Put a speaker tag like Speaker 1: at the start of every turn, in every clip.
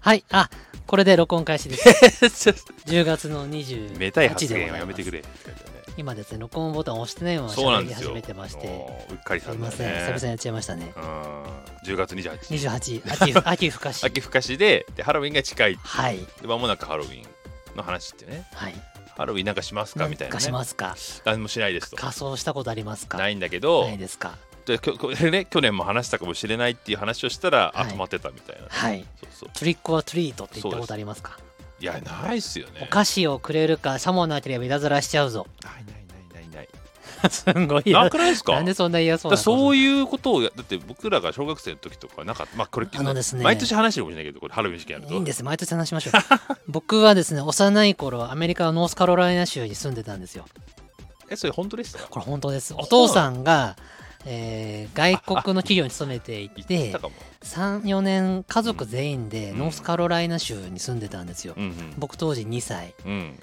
Speaker 1: はい、あ、これで録音開始です。10月の28日
Speaker 2: めたい発言はやめてくれ。
Speaker 1: 今ですね、録音ボタンを押してないまま喋り始めてまして、
Speaker 2: うっかりさんだね。
Speaker 1: すいません、久々にやっちゃいましたね。
Speaker 2: 10月28。
Speaker 1: 秋ふかし。
Speaker 2: 秋ふかしでハロウィンが近い。
Speaker 1: はい。
Speaker 2: で間もなくハロウィンの話ってね。
Speaker 1: はい。
Speaker 2: ハロウィンなんかしますかみたいなね。
Speaker 1: しますか。
Speaker 2: 何もしないですと。
Speaker 1: 仮装したことありますか。
Speaker 2: ないんだけど。
Speaker 1: ないですか。
Speaker 2: で去年も話したかもしれないっていう話をしたら、止まってたみたいな。
Speaker 1: はい。トリックオアトリートって言ったことありますか。
Speaker 2: いや、ないっすよね。
Speaker 1: お菓子をくれるか、さもなければいたずらしちゃうぞ。
Speaker 2: ない。
Speaker 1: すごい
Speaker 2: なくないですか。
Speaker 1: なんでそんな嫌そうなこと。
Speaker 2: そういうことをだって僕らが小学生の時とかなんかこれ
Speaker 1: ですね、
Speaker 2: 毎年話してるかもしれないけど、これハロウィン事件やると
Speaker 1: いいんです。毎年話しましょう。僕はですね、幼い頃アメリカのノースカロライナ州に住んでたんですよ。
Speaker 2: それ本当ですか。
Speaker 1: これ本当です。お父さんが外国の企業に勤めていて 3,4 年家族全員でノースカロライナ州に住んでたんですよ。僕当時2歳、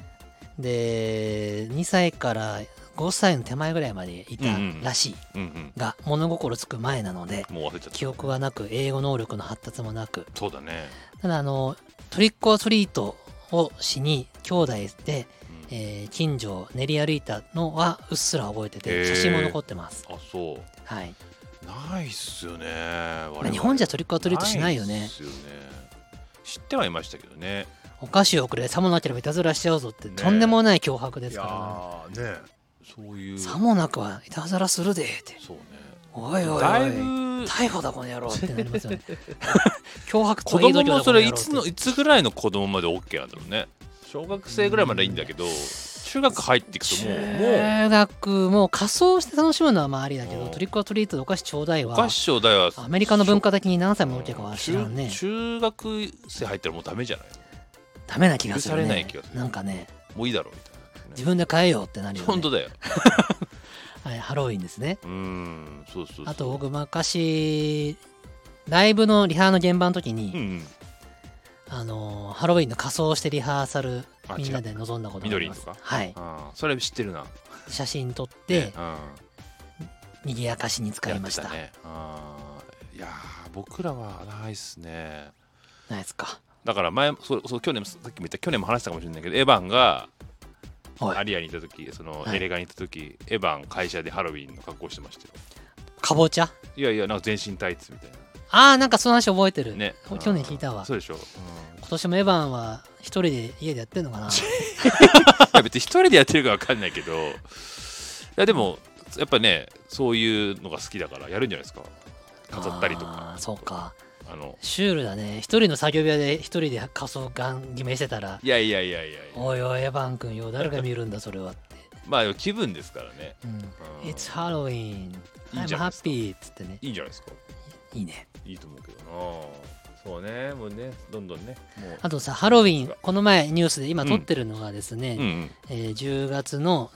Speaker 1: で2歳から5歳の手前ぐらいまでいたらしいが、物心つく前なので記憶はなく、英語能力の発達もなく。
Speaker 2: そうだね。
Speaker 1: ただトリックオアトリートをしに兄弟で近所を練り歩いたのはうっすら覚えてて、写真も残ってます。
Speaker 2: あ、そう。
Speaker 1: はい。
Speaker 2: ないっすよね。
Speaker 1: 日本じゃトリックオアトリートしないよね。
Speaker 2: ないっすよね。知ってはいましたけどね。
Speaker 1: お菓子をくれ、さもなければいたずらしちゃうぞって、とんでもない脅迫ですから
Speaker 2: ね。そういう。
Speaker 1: さもなくはいたずらするでって。
Speaker 2: そうね。
Speaker 1: おいおいおい、
Speaker 2: だいぶ
Speaker 1: 逮捕だこの野郎ってなりますよね。脅迫
Speaker 2: 子供もそれいつぐらいの子供まで OK なんだろうね。小学生ぐらいまでいいんだけど、中学入っていくと
Speaker 1: 中学もう仮装して楽しむのはまあありだけど、トリックオアトリートでお菓子ちょうだいは、アメリカの文化的に何歳も OK かは知らんね。
Speaker 2: 中学生入ったらもうダメじゃない。
Speaker 1: ダメな気がするね。
Speaker 2: 許されない気がする。
Speaker 1: なんかね、
Speaker 2: もういいだろうみたいな。
Speaker 1: 自分で買えよってなるよね。
Speaker 2: 本当だよ。
Speaker 1: はい、ハロウィンですね。
Speaker 2: そう。
Speaker 1: あと僕昔ライブのリハの現場の時に、ハロウィンの仮装してリハーサルみんなで臨んだことがあります。
Speaker 2: 緑とか。
Speaker 1: はい。
Speaker 2: それ知ってるな。
Speaker 1: 写真撮って賑やかしに使いました。
Speaker 2: いや僕らはないっすね。
Speaker 1: ないですか。
Speaker 2: だから前去年さっきも言った去年も話したかもしれないけど、エヴァンがアリアにいた時、そのエレガに行った時、エヴァン会社でハロウィンの格好してましたよ。
Speaker 1: かぼちゃ？
Speaker 2: いやなんか全身タイツみたいな。
Speaker 1: なんかその話覚えてるね。去年聞いたわ。
Speaker 2: そうでしょ。
Speaker 1: 今年もエヴァンは一人で家でやってんのかな。い
Speaker 2: や別に一人でやってるか分かんないけど、いやでもやっぱね、そういうのが好きだからやるんじゃないですか。飾ったりとか。
Speaker 1: そうか。シュールだね。一人の作業部屋で一人で仮装ガン決めしてたら、
Speaker 2: いや
Speaker 1: おいおいエヴァン君よ、誰が見るんだそれはって。
Speaker 2: まあ気分ですからね。
Speaker 1: It's Halloween, I'm happy っつってね。
Speaker 2: いいんじゃないですか。
Speaker 1: いいね。
Speaker 2: いいと思うけどな。そうね、もうね、どんどんね。
Speaker 1: あとさ、ハロウィン、この前ニュースで今撮ってるのがですね、10月の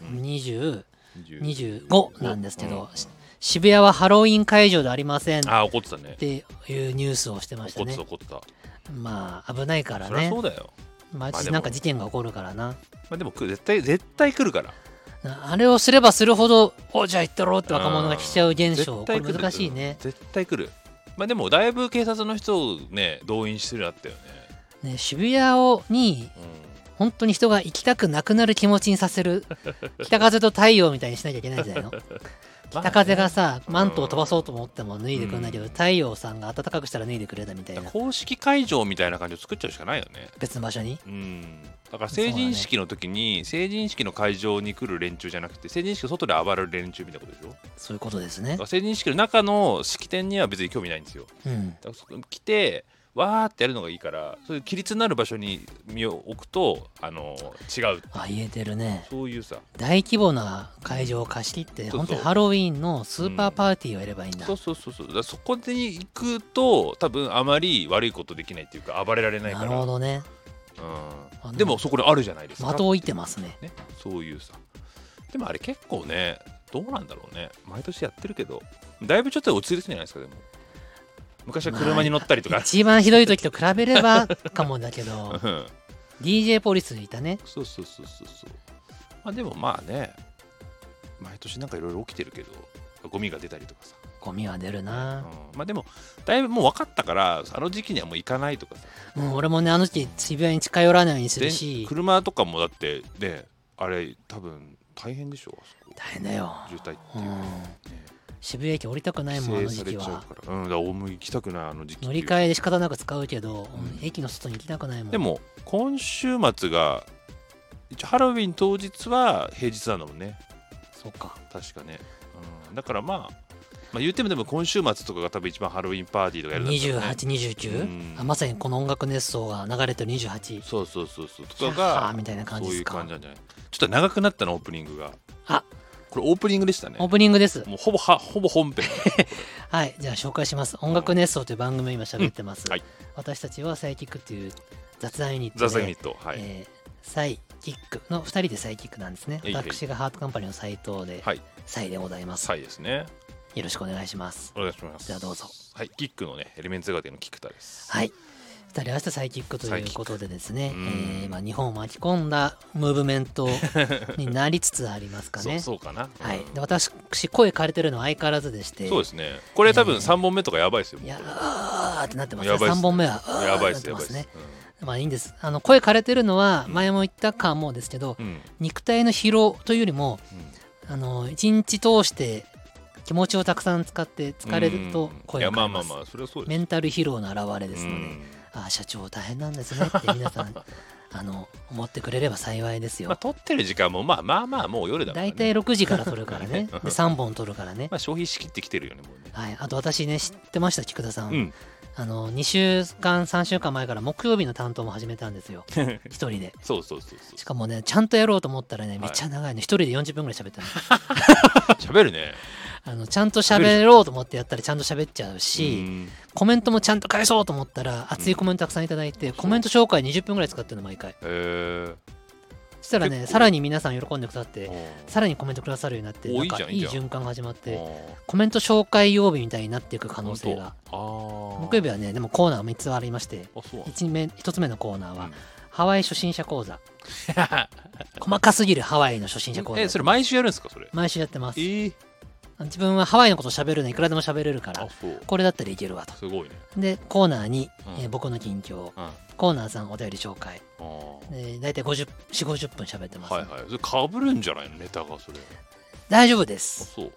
Speaker 1: 20、25なんですけど、渋谷はハロウィン会場でありません。
Speaker 2: 怒ってたね。
Speaker 1: っていうニュースをしてましたね。
Speaker 2: 怒った。
Speaker 1: まあ危ないからね。
Speaker 2: そりゃそうだよ。
Speaker 1: 毎日なんか事件が起こるからな。
Speaker 2: まあでも絶対来るから。
Speaker 1: あれをすればするほど、じゃあ行ったろうって若者が来ちゃう現象、これ難しいね。
Speaker 2: 絶対来る。まあでもだいぶ警察の人をね動員してるようになったよね。
Speaker 1: 渋谷に本当に人が行きたくなくなる気持ちにさせる北風と太陽みたいにしなきゃいけないんじゃないの。北風がさ、マントを飛ばそうと思っても脱いでくれないけど、太陽さんが暖かくしたら脱いでくれたみたいな。
Speaker 2: 公式会場みたいな感じを作っちゃうしかないよね。
Speaker 1: 別の場所に。
Speaker 2: だから成人式の時に、成人式の会場に来る連中じゃなくて、成人式の外で暴れる連中みたいなことでしょ。
Speaker 1: そういうことですね。
Speaker 2: 成人式の中の式典には別に興味ないんですよ。だからそこに来てわーってやるのがいいから、そういう規律になる場所に身を置くと違う。
Speaker 1: 言えてるね。
Speaker 2: そういうさ、
Speaker 1: 大規模な会場を貸し切って、本当にハロウィンのスーパーパーティーをやればいいんだ。
Speaker 2: そうだからそこに行くと多分あまり悪いことできないっていうか、暴れられないから。
Speaker 1: なるほどね。
Speaker 2: でもそこにあるじゃないですか。
Speaker 1: 的を置いてますね。
Speaker 2: そういうさ。でもあれ結構ね、どうなんだろうね。毎年やってるけど、だいぶちょっと落ち着いてるじゃないですか。でも昔は車に乗ったりとか、
Speaker 1: 一番ひどい時と比べればかもだけどDJ ポリスいたね。
Speaker 2: そう。まあでもまあね、毎年なんかいろいろ起きてるけど、ゴミが出たりとかさ、
Speaker 1: ゴミは出るな、
Speaker 2: まあでもだいぶもう分かったからあの時期にはもう行かないとかさ、
Speaker 1: 俺もねあの時期渋谷に近寄らないようにするし、
Speaker 2: 車とかもだってねあれ多分大変でしょ、あそこ
Speaker 1: 大変だよ
Speaker 2: 渋滞っていう、
Speaker 1: 渋谷駅降りたくないもんあの時期は。
Speaker 2: だから行きたくないあの時期。
Speaker 1: 乗り換えで仕方なく使うけど、駅の外に行きたくないもん。
Speaker 2: でも今週末が一応ハロウィン当日は平日なんだもんね。
Speaker 1: そうか
Speaker 2: 確かね、だからまあ言ってもでも今週末とかが多分一番ハロウィンパーティーとかやるんだろうね。
Speaker 1: 28、29、まさにこの音楽熱奏が流れてる28。
Speaker 2: そうとかが
Speaker 1: みたいな感じですか。
Speaker 2: そういう感じなんじゃない。ちょっと長くなったのオープニングが。
Speaker 1: あ、
Speaker 2: これオープニングでしたね。
Speaker 1: オープニングです。
Speaker 2: もうほぼ本編
Speaker 1: はい、じゃあ紹介します。音楽熱奏という番組を今喋ってます、
Speaker 2: はい、
Speaker 1: 私たちはサイキックという雑談ユニットで、
Speaker 2: はい、
Speaker 1: サイキックの2人でサイキックなんですね。私がハートカンパニーの斉藤で、はい、サイでございます。
Speaker 2: サイですね。
Speaker 1: よろしくお願いします。
Speaker 2: お願いします。
Speaker 1: じゃあどうぞ。
Speaker 2: はい、キックのねエレメンツガーデンのキクタです。
Speaker 1: はい、2人合わせたサイキックということでですね、日本を巻き込んだムーブメントになりつつありますかね。
Speaker 2: そうかな、
Speaker 1: はい、で私声枯れてるのは相変わらずでして、
Speaker 2: そうですね、これ多分3本目とかやばいですよ。
Speaker 1: いやーってなってますね。3本目は
Speaker 2: やばいです
Speaker 1: ね。まあいいんです。声枯れてるのは前も言ったかもですけど、肉体の疲労というよりも、一日通して気持ちをたくさん使って疲れると声が枯れます。
Speaker 2: それはそうです。
Speaker 1: メンタル疲労の表れですので、社長大変なんですねって皆さん思ってくれれば幸いですよ。
Speaker 2: 撮ってる時間もまあもう夜だからね。
Speaker 1: 大体6時から撮るからね。で3本撮るからね。
Speaker 2: 消費しきってきてるよねもうね。
Speaker 1: はい。あと私ね知ってました菊田さん。2週間3週間前から木曜日の担当も始めたんですよ。一人で。
Speaker 2: そう
Speaker 1: しかもねちゃんとやろうと思ったらねめっちゃ長いの。一人で40分ぐらい喋ったの。
Speaker 2: 喋るね。
Speaker 1: ちゃんと喋ろうと思ってやったらちゃんと喋っちゃうし、コメントもちゃんと返そうと思ったら熱いコメントたくさんいただいて、コメント紹介20分ぐらい使ってるの毎回。そしたらねさらに皆さん喜んでくださってさらにコメントくださるようになって、なんかいい循環が始まってコメント紹介曜日みたいになっていく可能性が。木曜日はねでもコーナー3つありまして、1つ目のコーナーはハワイ初心者講座。細かすぎるハワイの初心者講座。
Speaker 2: それ毎週やるんですか？それ
Speaker 1: 毎週やってます。自分はハワイのこと喋るのいくらでも喋れるからこれだったらいけるわと。
Speaker 2: すごいね。
Speaker 1: でコーナー2、僕の近況、コーナー3お便り紹介で大体40-50分喋ってます。
Speaker 2: はいはい。それかぶるんじゃないのネタがそれ。
Speaker 1: 大丈夫です。
Speaker 2: そう。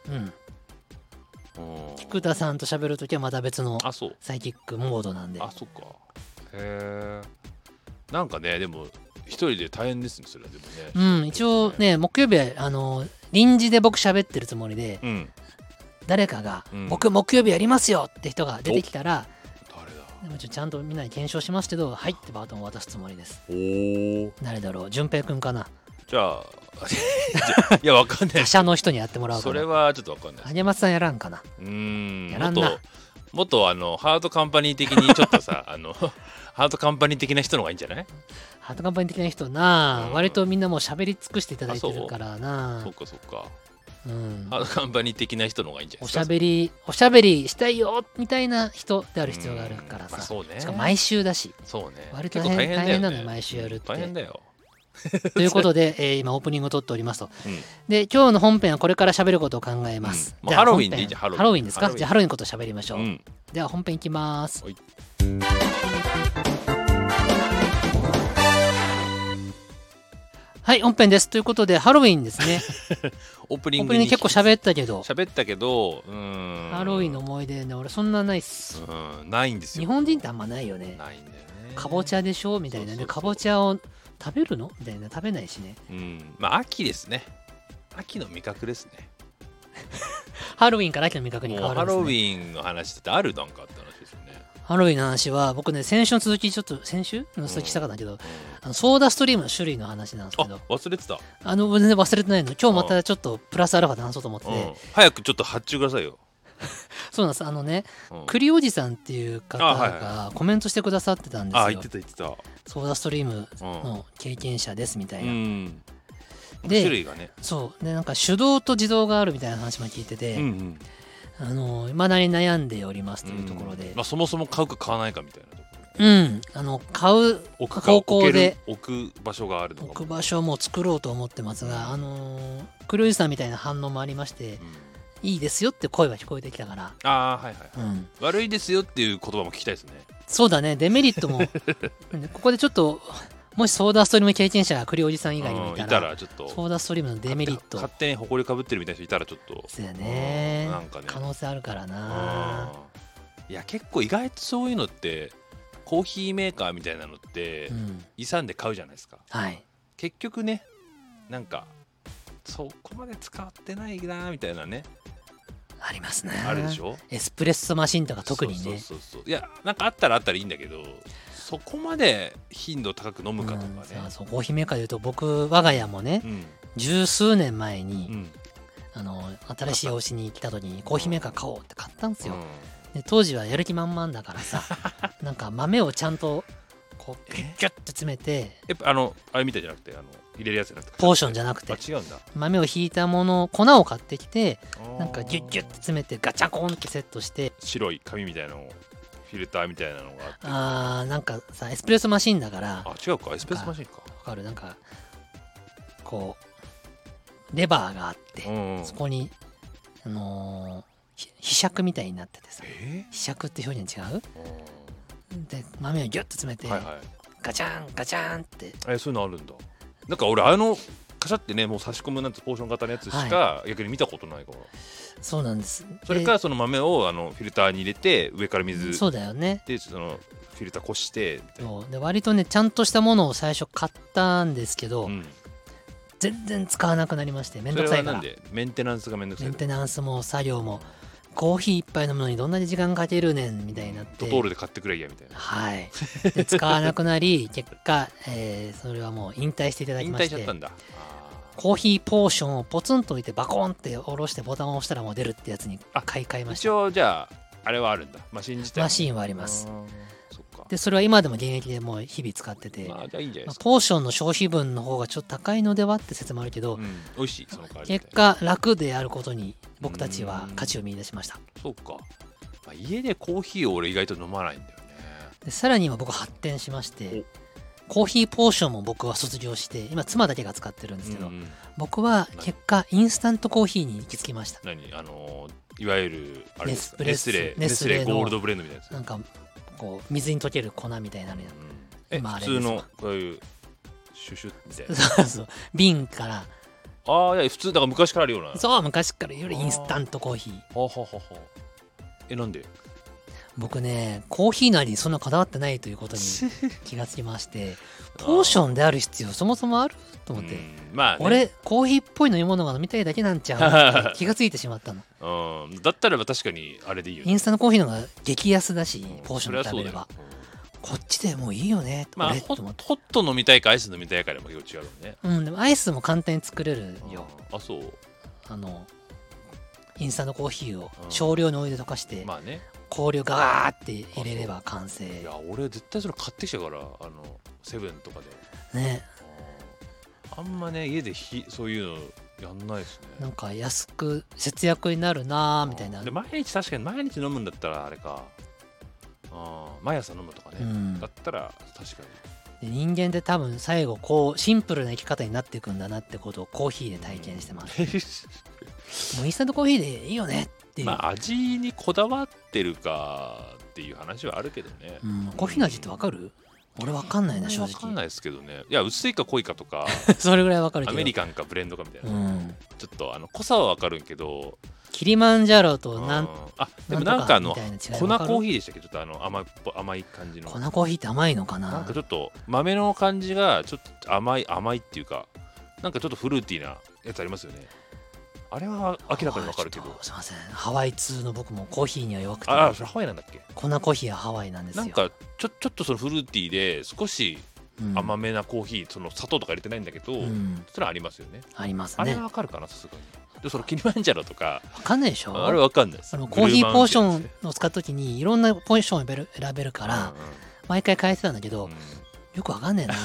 Speaker 1: 菊田さんと喋るときはまた別のサイキックモードなんで。
Speaker 2: そっか。へえ。なんかねでも一人で大変ですねそれはでもね。
Speaker 1: 一応ね木曜日は臨時で僕喋ってるつもりで、誰かが、僕木曜日やりますよって人が出てきたら、でもちゃんとみんなに検証しますけど、はいってバトンを渡すつもりです。誰だろう？順平くんかな。
Speaker 2: じゃあいやわかんない。
Speaker 1: 他社の人にやってもらうかな。
Speaker 2: それはちょっとわかんない。
Speaker 1: 励松さんやらんかな。
Speaker 2: やらんな。もっとハートカンパニー的にちょっとさハートカンパニー的な人の方がいいんじゃない？
Speaker 1: ハートカンパニー的な人な、割とみんなもう喋り尽くしていただいてるからな。
Speaker 2: そっか。ハートカンパニー的な人の方がいいんじゃないですか？
Speaker 1: おしゃべりしたいよみたいな人である必要があるからさ。
Speaker 2: そうね。
Speaker 1: しかも毎週だし。
Speaker 2: そうね。
Speaker 1: 割と大変なのよ毎週やるって。
Speaker 2: 大変だよ。
Speaker 1: ということで、今オープニングを撮っておりますと。で今日の本編はこれから喋ることを考えます。
Speaker 2: ハロウィンでいいじゃん。
Speaker 1: ハロウィンですか？じゃあハロウィンのこと喋りましょう。では本編いきます。はい、本編です。ということで、ハロウィンですね。
Speaker 2: オープニング
Speaker 1: 結構喋ったけど、
Speaker 2: ハ
Speaker 1: ロウィンの思い出ね、俺そんなないっす。
Speaker 2: ないんですよ。
Speaker 1: 日本人ってあんまないよね。
Speaker 2: ないんだよね。
Speaker 1: かぼちゃでしょみたいなね。かぼちゃを食べるのみたいな、食べないしね。
Speaker 2: 秋ですね。秋の味覚ですね。
Speaker 1: ハロウィンから秋の味覚に変わるんですね。
Speaker 2: ハロウィンの話ってあるなんかって話ですよね。
Speaker 1: ハロウィンの話は僕ね先週の続き先週の続きしたかったんだけど、ソーダストリームの種類の話なんですけど、
Speaker 2: 忘れてた。
Speaker 1: 全然忘れてないの。今日またちょっとプラスアルファで話そうと思ってて、
Speaker 2: 早くちょっと発注くださいよ。
Speaker 1: そうなんです。栗おじさんっていう方がコメントしてくださってたんですよ。
Speaker 2: 言ってた。
Speaker 1: ソーダストリームの経験者ですみたいな。
Speaker 2: で種類がね。
Speaker 1: そうでなんか手動と自動があるみたいな話も聞いてて、未だに悩んでおりますというところで、
Speaker 2: そもそも買うか買わないかみたいなところ。
Speaker 1: 買う方向で
Speaker 2: 置く場所があるのかも。
Speaker 1: 置く場所も作ろうと思ってますが、栗おじさんみたいな反応もありまして、 いいですよって声は聞こえてきたから。
Speaker 2: ああはいはい、はい、悪いですよっていう言葉も聞きたいですね。
Speaker 1: そうだね、デメリットもここでちょっともしソーダストリーム経験者が栗おじさん以外にもいたら、
Speaker 2: ちょっと
Speaker 1: ソーダストリームのデメリット
Speaker 2: 勝手に埃かぶってるみたいな人いたらちょっと
Speaker 1: そうやね、
Speaker 2: なんかね
Speaker 1: 可能性あるからな。
Speaker 2: いや結構意外とそういうのってコーヒーメーカーみたいなのって、勇んで買うじゃないですか、はい、結局ねなんかそこまで使ってないなみたいなね
Speaker 1: ありますね。
Speaker 2: あるでしょ。
Speaker 1: エスプレッソマシンとか特にね。
Speaker 2: そういやなんかあったらいいんだけど、そこまで頻度高く飲むかとかね、
Speaker 1: そうコーヒーメーカーでいうと僕我が家もね、十数年前に、新しいお家に来た時にコーヒーメーカー買おうって買ったんですよ、で当時はやる気満々だからさなんか豆をちゃんとこうギュッギュッて詰めて、
Speaker 2: やっぱあれみたいじゃなくて入れるやつじゃなくて
Speaker 1: ポーションじゃなくて
Speaker 2: 違うんだ、
Speaker 1: 豆をひいたもの粉を買ってきてなんかギュッギュッて詰めてガチャコンってセットして、
Speaker 2: 白い紙みたいなのをフィルターみたいなのが
Speaker 1: あって、なんかさエスプレッソマシンだから、
Speaker 2: 違うかエスプレッソマシンか
Speaker 1: わかる、なんかこうレバーがあって、そこにひしゃくみたいになっててさ、ひしゃくって表現違う？で豆をギュッと詰めて、ガチャンガチャンって、
Speaker 2: そういうのあるんだ。なんか俺カシャってねもう差し込むなんてポーション型のやつしか逆に見たことないから、
Speaker 1: そうなんです。
Speaker 2: それからその豆をフィルターに入れて上から水
Speaker 1: そうだよね
Speaker 2: でそのフィルターこして
Speaker 1: そうで割とねちゃんとしたものを最初買ったんですけど、全然使わなくなりまして、めんどくさいから。
Speaker 2: それはなんでメンテナンスがめんどくさい。
Speaker 1: メンテナンスも作業もコーヒー一杯飲むのにどんなに時間かけるねんみたいになって、
Speaker 2: ドトールで買ってくれやみたいな。
Speaker 1: はいで使わなくなり結果、それはもう引退していただきまして、
Speaker 2: 引退しちゃったんだ。
Speaker 1: コーヒーポーションをポツンと置いてバコンって下ろしてボタンを押したらもう出るってやつに買い替えました。
Speaker 2: 一応じゃあれはあるんだ、マシン自体。
Speaker 1: マシンはあります。でそれは今でも現役でもう日々使ってて、
Speaker 2: じゃあいいんじゃないですか。
Speaker 1: ポーションの消費分の方がちょっと高いのではって説もあるけど、
Speaker 2: 美味しいその代わり。
Speaker 1: 結果楽であることに僕たちは価値を見出しました。
Speaker 2: そうか、家でコーヒーを俺意外と飲まないんだよね。
Speaker 1: でさらに今僕発展しまして、コーヒーポーションも僕は卒業して今妻だけが使ってるんですけど、僕は結果インスタントコーヒーに行き着きました。
Speaker 2: いわゆるあれ
Speaker 1: ネスレ
Speaker 2: ゴールドブレンドみたいなやつ、
Speaker 1: なんかこう水に溶ける粉みたいなのや、
Speaker 2: 普通のこういうシュシュみたいな
Speaker 1: そう瓶から、
Speaker 2: いや普通だから昔からあるような。
Speaker 1: そう昔からよりインスタントコーヒ
Speaker 2: ー。なんで？
Speaker 1: 僕ねコーヒーの味にそんなこだわってないということに気がつきましてポーションである必要そもそもあると思って、俺コーヒーっぽい飲み物が飲みたいだけなんちゃうって気がついてしまったの。
Speaker 2: だったら確かにあれでいいよね。
Speaker 1: インスタントコーヒーの方が激安だし、ポーションと食べればこっちでもういいよね。
Speaker 2: ホット飲みたいかアイス飲みたいかでも結構違うよね。
Speaker 1: でもアイスも簡単に作れるよ。
Speaker 2: そう。
Speaker 1: インスタントコーヒーを少量のお湯で溶かして、氷をガーって入れれば完成。
Speaker 2: いや俺絶対それ買ってきたからセブンとかで
Speaker 1: ね。
Speaker 2: あんまね家でそういうのやんないですね。
Speaker 1: なんか安く節約になるなーみたいな。
Speaker 2: で確かに毎日飲むんだったらあれか、毎朝飲むとかね、だったら確か
Speaker 1: に。で人間って多分最後こうシンプルな生き方になっていくんだなってことをコーヒーで体験してます。もうインスタントコーヒーでいいよねっていう。
Speaker 2: 味にこだわってるかっていう話はあるけどね。
Speaker 1: コーヒーの味ってわかる？俺わかんないな正直。
Speaker 2: わかんないですけどね。いや薄いか濃いかとか
Speaker 1: それぐらいわかるけど。
Speaker 2: アメリカンかブレンドかみたいな。ちょっと濃さはわかるけど。
Speaker 1: キリマンジャロと
Speaker 2: でもなんか粉コーヒーでしたっけ？ちょっと甘い感じの。
Speaker 1: 粉コーヒーって甘いのかな？
Speaker 2: なんかちょっと豆の感じがちょっと甘いっていうか、なんかちょっとフルーティーなやつありますよね。あれは明らかにわかるけど。
Speaker 1: すいません。ハワイ通の僕もコーヒーには弱くて。
Speaker 2: それハワイなんだっけ？
Speaker 1: 粉コーヒーはハワイなんですよ。
Speaker 2: なんかちょっとそのフルーティーで少し甘めなコーヒー、その砂糖とか入れてないんだけど、それはありますよね。
Speaker 1: ありますね。
Speaker 2: あれはわかるかなさすがに。でそのキリマンジャロとか
Speaker 1: わかんないでしょ。
Speaker 2: あれわかんないです。
Speaker 1: コーヒーポーションを使うときにいろんなポーションを選べるから、毎回変えてたんだけど、よくわかんないな。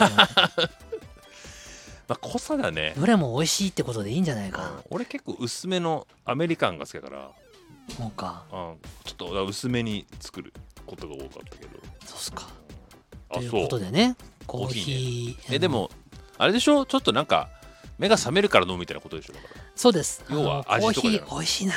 Speaker 2: 濃さだね。
Speaker 1: どれも美味しいってことでいいんじゃないか。
Speaker 2: 俺結構薄めのアメリカンが好きだから。
Speaker 1: そうか。
Speaker 2: ちょっと薄めに作ることが多かったけど。
Speaker 1: そうっすか。ということでね、
Speaker 2: コーヒー。でもあれでしょ、ちょっとなんか目が覚めるから飲むみたいなことでしょ。だから
Speaker 1: そうです。
Speaker 2: 要は味とか
Speaker 1: コーヒー美味しいなって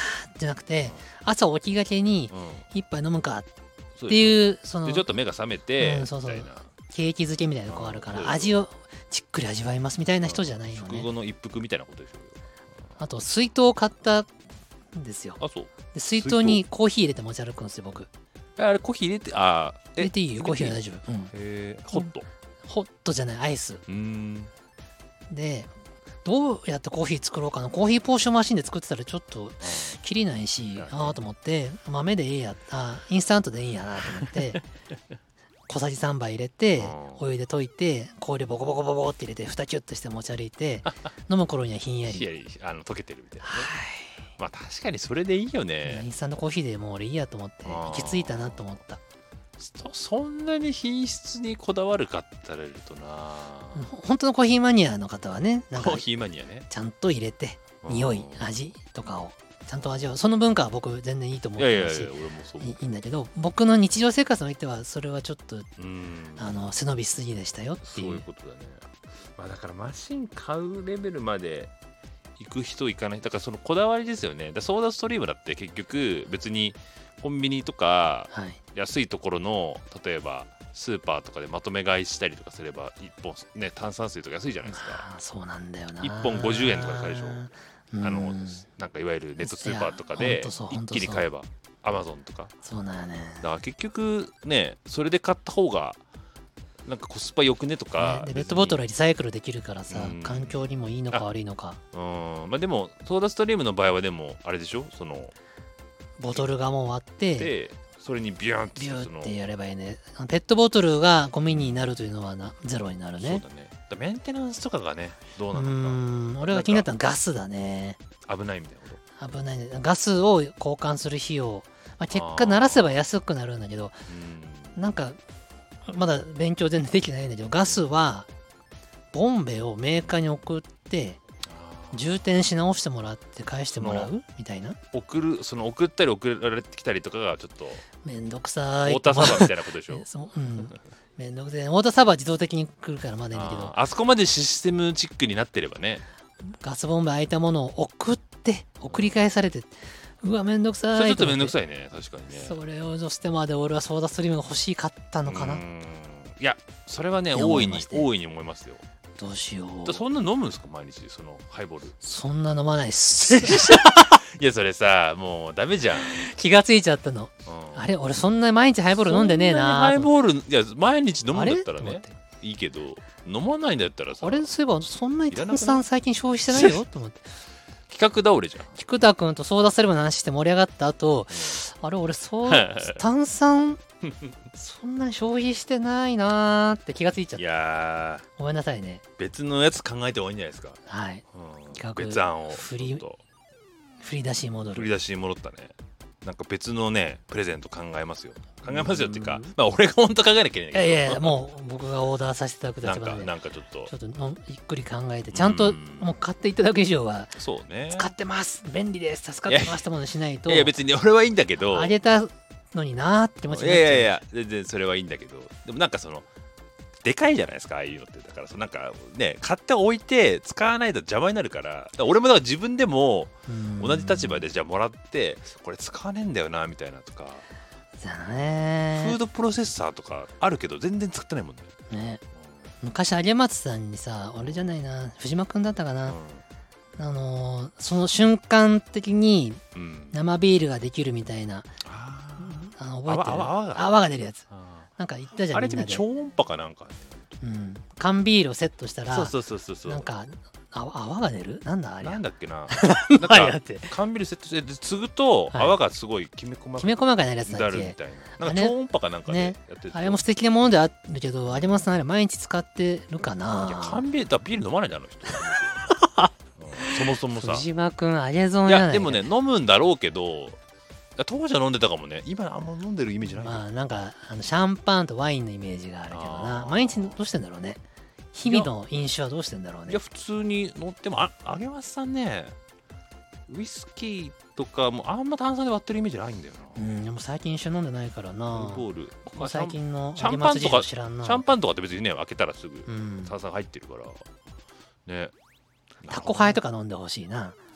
Speaker 1: じゃなくて、朝起きがけに一杯飲むかっていうその
Speaker 2: でちょっと目が覚めて
Speaker 1: そうそう、景気づけみたいなとこあるから味をじっくり味わいますみたいな人じゃないよね。
Speaker 2: 食後の一服みたいなことでしょ。
Speaker 1: あと水筒を買ったんですよ。
Speaker 2: あ、そう
Speaker 1: で水筒にコーヒー入れて持ち歩くんですよ僕。
Speaker 2: あれコーヒー入れて入
Speaker 1: れていいよ。コーヒーは大丈夫。ホットじゃないアイスで、どうやってコーヒー作ろうかな。コーヒーポーションマシンで作ってたらちょっと切りないし、ああと思って豆でいいや、インスタントでいいやなと思って小さじ3杯入れてお湯で溶いて氷ボコボコボコって入れて蓋キュッとして持ち歩いて飲む頃にはひんやり
Speaker 2: 溶けてるみたいなね。まあ確かにそれでいいよね。
Speaker 1: インスタントコーヒーでもう俺いいやと思って行き着いたなと思った。
Speaker 2: そんなに品質にこだわるかって言われるとな。
Speaker 1: 本当のコーヒーマニアの方はね、
Speaker 2: コーヒーマニアね、
Speaker 1: ちゃんと入れて匂い味とかをちゃんと味わう。その文化は僕全然いいと思ってるし、いいんだけど、僕の日常生活においてはそれはちょっと背伸びしすぎでしたよっていう。
Speaker 2: そういうことだね。まあだからマシン買うレベルまで行く人行かない、だからそのこだわりですよね。だソーダストリームだって結局別にコンビニとか安いところの例えばスーパーとかでまとめ買いしたりとかすれば1本ね炭酸水とか安いじゃないですか。
Speaker 1: そうなんだよな。
Speaker 2: 1本50円とかで買えるでしょ。なんかいわゆるネットスーパーとかで一気に買えばアマゾンとか。
Speaker 1: そうだよね。
Speaker 2: だから結局ねそれで買った方がなんかコスパよくねとか、
Speaker 1: でペットボトルはリサイクルできるからさ、環境にもいいのか悪いのか。
Speaker 2: まあでもソーダストリームの場合はでもあれでしょ、その
Speaker 1: ボトルがもうあって
Speaker 2: それにビューン
Speaker 1: ってやればいいね。ペットボトルがゴミになるというのはゼロになるね。
Speaker 2: そうだね。メンテナンスとかがねどうなのか。
Speaker 1: 俺が気になったのはガスだね。
Speaker 2: 危ないみたいなこと。
Speaker 1: 危ないね。ガスを交換する費用、結果鳴らせば安くなるんだけど、なんかまだ勉強全然できてないんだけど、ガスはボンベをメーカーに送って充填し直してもらって返してもらうみたいな。送
Speaker 2: ったり送られてきたりとかがちょっと
Speaker 1: めんどくさい。
Speaker 2: ウォーターサーバーみたいなことでしょ。
Speaker 1: めんどくさい。ウォーターサーバー自動的に来るからまだいいんだけど、
Speaker 2: あそこまでシステムチックになってればね。
Speaker 1: ガスボンベ開いたものを送り返されて、うわめんどくさい。
Speaker 2: それちょっとめんどくさいね。確かにね。
Speaker 1: それをしてまで俺はソーダストリームが欲しかったのかな。
Speaker 2: いやそれはね大いに思いますよ。
Speaker 1: どうしよう。
Speaker 2: そんな飲むんですか毎日そのハイボール。
Speaker 1: そんな飲まないっす。
Speaker 2: いやそれさもうダメじゃん。
Speaker 1: 気がついちゃったの。あれ俺そんな毎日ハイボール飲んでねえな。
Speaker 2: ハイボールいや毎日飲むんだったらねいいけど、飲まないんだったらさ。
Speaker 1: あれそういえばそんなに炭酸最近消費してないよと思って。
Speaker 2: 企画倒れじゃん。
Speaker 1: 菊田君とソーダストリームの話して盛り上がった後、あれ俺炭酸そんなに消費してないなーって気がついちゃった。
Speaker 2: いや
Speaker 1: ごめんなさいね。
Speaker 2: 別のやつ考えた方がいいんじゃないですか。
Speaker 1: はい、
Speaker 2: 別案を
Speaker 1: 振り出しに戻る。
Speaker 2: 振り出しに戻ったね。なんか別のねプレゼント考えますよっていうか、まあ俺が本当考えなきゃいけないけど、
Speaker 1: いやもう僕がオーダーさせていただく立場で
Speaker 2: なんかちょっと
Speaker 1: ゆっくり考えてちゃんともう買っていただく以上は
Speaker 2: そうね
Speaker 1: 使ってます便利です助かってますってものしないと。
Speaker 2: いや別に俺はいいんだけど
Speaker 1: あげたのになーって気持ちになっちゃう。
Speaker 2: いや全然それはいいんだけど、でもなんかそのでかいじゃないですかああいうのって。だからなんかね買っておいて使わないと邪魔になるから、俺もだから自分でも同じ立場でじゃあもらってこれ使わねえんだよなみたいなとか。フードプロセッサーとかあるけど全然使ってないもんね。
Speaker 1: 昔有松さんにさ、俺じゃないな藤間くんだったかな、その瞬間的に生ビールができるみたいな、覚えてる？泡が出るやつなんか言ったじゃん。
Speaker 2: あれって超音波かなんか、
Speaker 1: 缶ビールをセットしたら
Speaker 2: そう
Speaker 1: なんか泡が出る？なんだあれ？
Speaker 2: なんだっけな。なんか缶ビールセットして継ぐと泡がすごいきめ細か
Speaker 1: くなるやつだっけ？
Speaker 2: みたいな。なんか超音波かなんかでやってる。
Speaker 1: あれも素敵なものであるけど、有松さんあれ毎日使ってるかな？
Speaker 2: いや缶ビール飲まないであの人。そもそもさ。
Speaker 1: 藤間くんあげ損やない。
Speaker 2: いやでもね飲むんだろうけど。当時は飲んでたかもね。今あんま飲んでるイメージない。
Speaker 1: まあなんかシャンパンとワインのイメージがあるけどな。毎日どうしてんだろうね。日々の飲酒はどうしてんだろうね。
Speaker 2: いや普通に乗ってもあげますさんねウイスキーとかもあんま炭酸で割ってるイメージないんだよな。
Speaker 1: でも最近一緒飲んでないからな。
Speaker 2: ボール
Speaker 1: ここ最近の
Speaker 2: シャンパンとか知らんな。シャンパンとかって別にね開けたらすぐ炭酸入ってるからね。
Speaker 1: タコハイとか飲んでほしいな。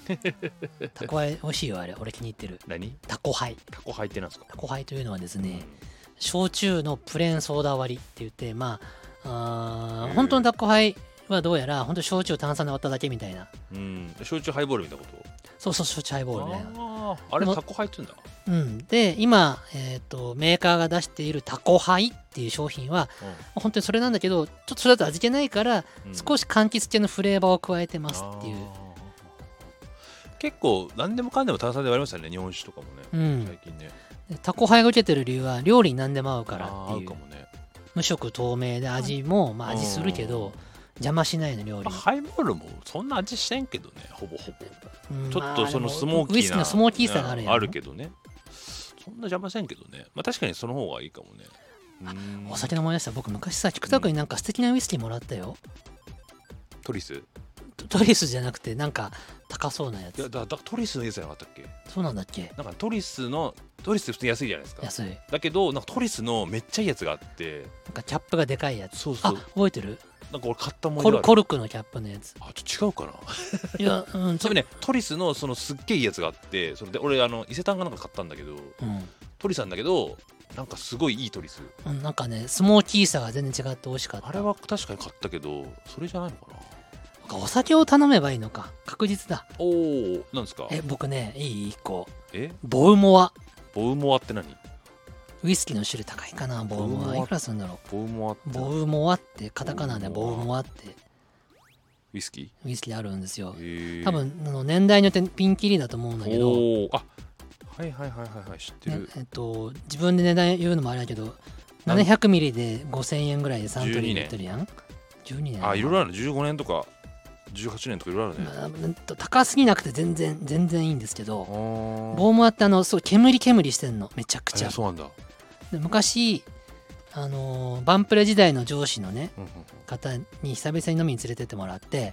Speaker 1: タコハイ美味しいよ、あれ。俺気に入ってる。
Speaker 2: 何？
Speaker 1: タコハイ。
Speaker 2: タコハイってなんですか？
Speaker 1: タコハイというのはですね、焼酎のプレーンソーダ割りって言って、まあ、本当のタコハイはどうやら本当焼酎を炭酸で割っただけみたいな。
Speaker 2: 焼酎ハイボールみたいなこと？
Speaker 1: そうそう、焼酎ハイボールね。
Speaker 2: あれタコハイって言うんだ。
Speaker 1: で今、メーカーが出しているタコハイっていう商品は、本当にそれなんだけど、ちょっとそれだと味気ないから、少し柑橘系のフレーバーを加えてますっていう。
Speaker 2: 結構何でもかんでも炭酸で割りましたね、日本酒とかもね、最近ね。
Speaker 1: タコハイが受けてる理由は料理に何でも合うからっていう。
Speaker 2: 合うかもね。
Speaker 1: 無色透明で味も、まあ、味するけど邪魔しないの料理。
Speaker 2: ハイボールもそんな味してんけどね、ほぼほぼ。ちょっとそのスモーキーな
Speaker 1: ウイスキーのスモーキーさがあるやん。
Speaker 2: あるけどね。そんな邪魔せんけどね。まあ確かにその方がいいかもね。
Speaker 1: お酒の思い出した。僕昔さ、菊田君になんか素敵なウイスキーもらったよ。
Speaker 2: トリス？
Speaker 1: トリスじゃなくてなんか高そうなやつ。
Speaker 2: いやトリスのやつじゃなかったっけ？
Speaker 1: そうなんだっけ？
Speaker 2: なんかトリスって普通に安いじゃないですか。
Speaker 1: 安い。
Speaker 2: だけどなんかトリスのめっちゃいいやつがあって、
Speaker 1: なんかキャップがでかいやつ。
Speaker 2: そうそう。
Speaker 1: あ、覚えてる？
Speaker 2: なんか俺買ったもの
Speaker 1: コルクのキャップのやつ。
Speaker 2: あ、ちょっと違うかな。
Speaker 1: いや、
Speaker 2: でもね、トリスのそのすっげえいいやつがあって、それで俺伊勢丹がなんか買ったんだけど、トリスなんだけど、なんかすごいいいトリス。
Speaker 1: なんかね、スモーキーさが全然違って美味しかった。
Speaker 2: あれは確かに買ったけど、それじゃないのかな。
Speaker 1: お酒を頼めばいいのか。確実だ。
Speaker 2: おお、なんですか？
Speaker 1: 僕ね、いい1個。
Speaker 2: ボ
Speaker 1: ウモア。
Speaker 2: ボウモアって何？
Speaker 1: ウイスキーの種類高いかな。ボウモアいくらするんだろう。
Speaker 2: ボウモア
Speaker 1: ってカタカナでボウモアって
Speaker 2: ウイスキ
Speaker 1: ーあるんですよ。多分年代によってピンキリだと思うんだけど。
Speaker 2: はい知ってる。
Speaker 1: 自分で値段言うのもあれだけど、700ミリで5000円ぐらいでサントリーで売ってるやん。12年。
Speaker 2: いろいろある。15年とか18年とかいろいろあるね。
Speaker 1: 高すぎなくて全然いいんですけど、ボウモアってそう煙してんの、めちゃくちゃ。
Speaker 2: そうなんだ。
Speaker 1: で昔バンプレ時代の上司のね、方に久々に飲みに連れてってもらって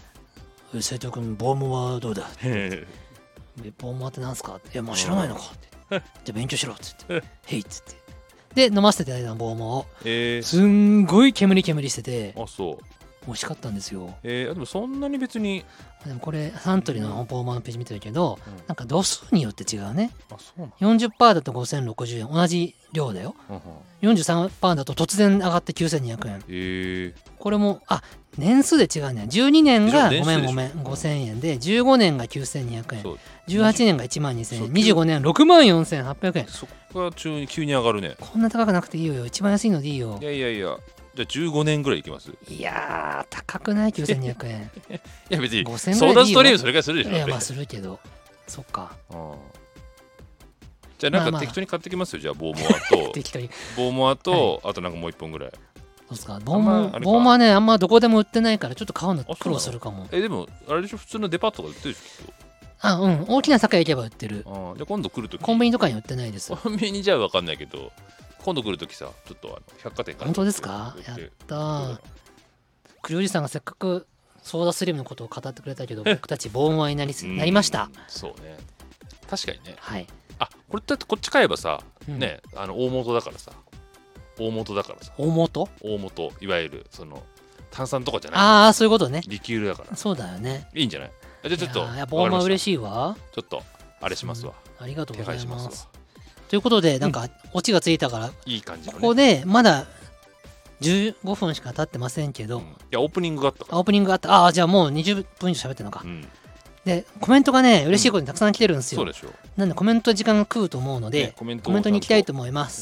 Speaker 1: 「斉藤君ボウモアどうだ?」ボウモアってなんすか?」って「いやもう知らないのか」って「じゃあ勉強しろ」っつって「へい」っつってで飲ませていただいたボウモアをすんごい煙してて、美味しかったんですよ。
Speaker 2: でもそんなに別に。
Speaker 1: でもこれサントリーのボウモアのページ見てるけど、なんか度数によって違うね。
Speaker 2: そうなの？
Speaker 1: 40% だと5060円、同じ量だよ。43% だと突然上がって9200円。これも年数で違うね。12年がごめん5000円で、15年が9200円、18年が12000円、25年64800円。
Speaker 2: そこが急に上がるね。
Speaker 1: こんな高くなくていいよ。一番安いのでいいよ。
Speaker 2: いやじゃあ15年ぐらいいきます？
Speaker 1: いやー高くない9200円。
Speaker 2: いや別に
Speaker 1: 5000円
Speaker 2: ソーダストリームそれぐらいするでしょ。
Speaker 1: いやまあするけど、そっか。
Speaker 2: じゃあなんか適当に買ってきますよ。じゃあボウモアと
Speaker 1: 適当に
Speaker 2: ボウモアと、あとなんかもう1本ぐらい。
Speaker 1: そうですか。ボウモアね、あんまどこでも売ってないからちょっと買うの苦労するかも。
Speaker 2: でもあれでしょ、普通のデパートとか売ってるでし
Speaker 1: ょ。大きな酒屋行けば売ってる。
Speaker 2: じゃあ今度来るとき
Speaker 1: コンビニとかに売ってないです。
Speaker 2: コンビニじゃ分かんないけど、今度来るときさ、ちょっと百貨店から。
Speaker 1: 本当ですか？やったー。栗おじさんがせっかくソーダスリムのことを語ってくれたけど、僕たちボウモアになりました。
Speaker 2: そうね。確かにね。
Speaker 1: はい。
Speaker 2: これだってこっち買えばさ、ね、大元だからさ。大元いわゆるその炭酸とかじゃない。
Speaker 1: そういうことね。
Speaker 2: リキュールだから。
Speaker 1: そうだよね。
Speaker 2: いいんじゃない？じゃあちょっと
Speaker 1: ボウモア嬉しいわ。
Speaker 2: ちょっとあれしますわ。
Speaker 1: ありがとうございます。ということで、なんかオチがついたから
Speaker 2: いい感じのね。
Speaker 1: ここでまだ15分しか経ってませんけど、
Speaker 2: いやオープニングがあった。
Speaker 1: じゃあもう20分以上喋ってるのか。でコメントがね、嬉しいことにたくさん来てるんですよ。
Speaker 2: そうでしょ。
Speaker 1: なんでコメント時間が食うと思うので、コメントに行きたいと思います。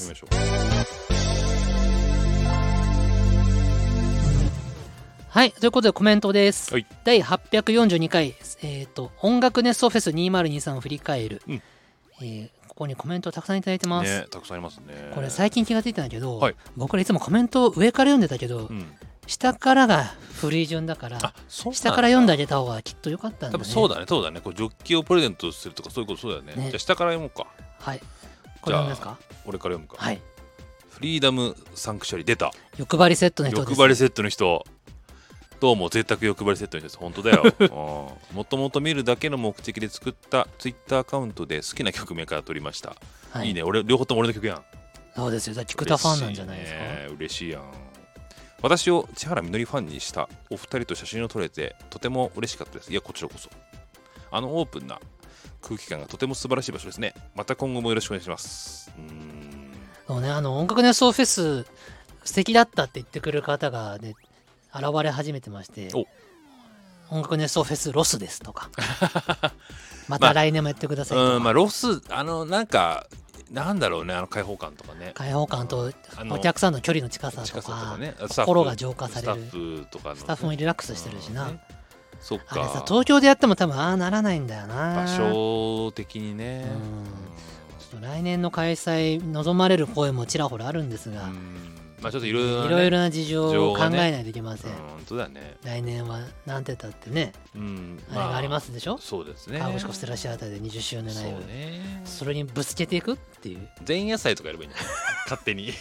Speaker 1: はい、ということでコメントです。第842回、音楽熱奏フェス2023を振り返る。ここにコメントたくさんいただいてます。
Speaker 2: たくさんありますね。
Speaker 1: これ最近気がついたんだけど、僕らいつもコメントを上から読んでたけど、下からが古い順だから、下から読んであげた方がきっとよかったんだね。
Speaker 2: 多分そうだね。こうジョッキをプレゼントするとかそういうことそうだよね。じゃあ下から読もうか。
Speaker 1: はい。これ読みますか？
Speaker 2: 俺から読むか。
Speaker 1: はい。
Speaker 2: フリーダムサンクシャリ出た。
Speaker 1: 欲張りセットの人です。
Speaker 2: 欲張りセットの人。どうも贅沢欲張りセットの人です。本当だよ。もともと見るだけの目的で作ったツイッターアカウントで好きな曲名から撮りました。いいね。両方とも俺の曲やん。
Speaker 1: そうですよ。菊田ファンなんじゃないですか。
Speaker 2: 嬉しいやん。私を千原みのりファンにしたお二人と写真を撮れてとても嬉しかったです。いやこちらこそ。 オープンな空気感がとても素晴らしい場所ですね。また今後もよろしくお願いします。
Speaker 1: そうね、音楽熱奏フェス素敵だったって言ってくれる方がね現れ始めてまして、音楽熱奏フェスロスですとかまた来年もやってくださいとか、
Speaker 2: ロスなんかなんだろうね、開放感とかね、
Speaker 1: 開放感とお客さんの距離の近さとか、ね、心が浄化される、スタッフもリラックスしてるしな、
Speaker 2: そっか、
Speaker 1: あれさ東京でやっても多分ならないんだよな、
Speaker 2: 場所的にね。
Speaker 1: ちょっと来年の開催望まれる声もちらほらあるんですが、
Speaker 2: ちょっといろ
Speaker 1: いろな事情を考えないといけません。
Speaker 2: 本当だね。
Speaker 1: 来年はなんて言ったってね、あれがありますでしょ。
Speaker 2: そうですね。
Speaker 1: 川口湖ステラシアターで20周年ライブ、それにぶつけていくっていう。
Speaker 2: 前夜祭とかやればいいんじゃない勝手に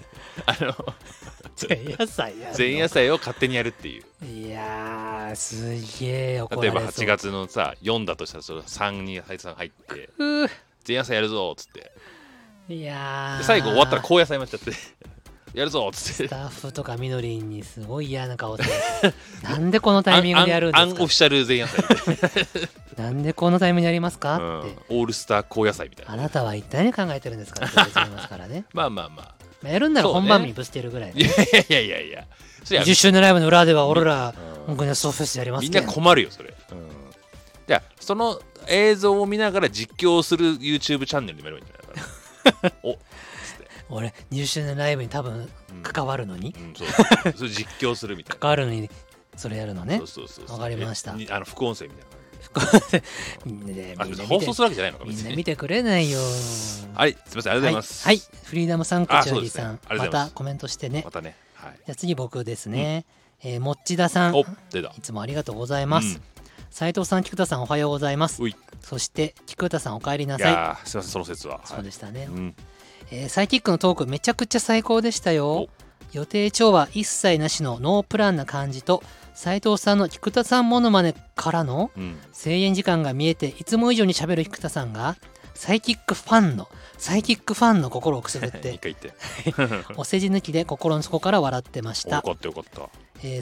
Speaker 2: 前夜祭を勝手にやるっていう。
Speaker 1: いやーすげえ怒られそう。
Speaker 2: 例えば8月のさ4だとしたらその3に斉藤さん入って前夜祭やるぞっつって、
Speaker 1: いやー
Speaker 2: 最後終わったら後夜祭もやっちゃってやるぞっつって、
Speaker 1: スタッフとかみのりんにすごい嫌な顔でなんでこのタイミングでやるんですか。
Speaker 2: アンオフィシャル前夜祭
Speaker 1: なんでこのタイミングでやりますかって、
Speaker 2: オールスター後夜祭みたいな。
Speaker 1: あなたは一体何考えてるんですかって言われますからね
Speaker 2: まあ
Speaker 1: やるんなら本番日にぶつけるぐらい、
Speaker 2: いや
Speaker 1: 20周年ライブの裏では俺ら本当にソーフェスやります
Speaker 2: けどみんな困るよそれ。じゃあその映像を見ながら実況する YouTube チャンネルでもやればいいんじゃないかな
Speaker 1: 俺20周年ライブに多分関わるのに、
Speaker 2: それ実況するみたいな、
Speaker 1: 関わるのにそれやるのね。わかりました。
Speaker 2: 副音声みたいな
Speaker 1: みんなで
Speaker 2: 放送するわけじゃないのか、
Speaker 1: みんな見てくれないよ。
Speaker 2: はい、すみません、ありがとうございます。
Speaker 1: はい、フリーダムサンクチュアリさん、またコメントしてね。
Speaker 2: またね。
Speaker 1: じゃあ次僕ですね。もっちださん、いつもありがとうございます。斉藤さん、菊田さん、おはようございます。そして菊田さん、お帰りなさい。
Speaker 2: いやすみません、その説は。
Speaker 1: そうでしたね。サイキックのトークめちゃくちゃ最高でしたよ。予定調和一切なしのノープランな感じと、斉藤さんの菊田さんモノマネからの制限時間が見えて、いつも以上に喋る菊田さんがサイキックファンの心をくすぐってお世辞抜きで心の底から笑ってました。
Speaker 2: よかったよかった。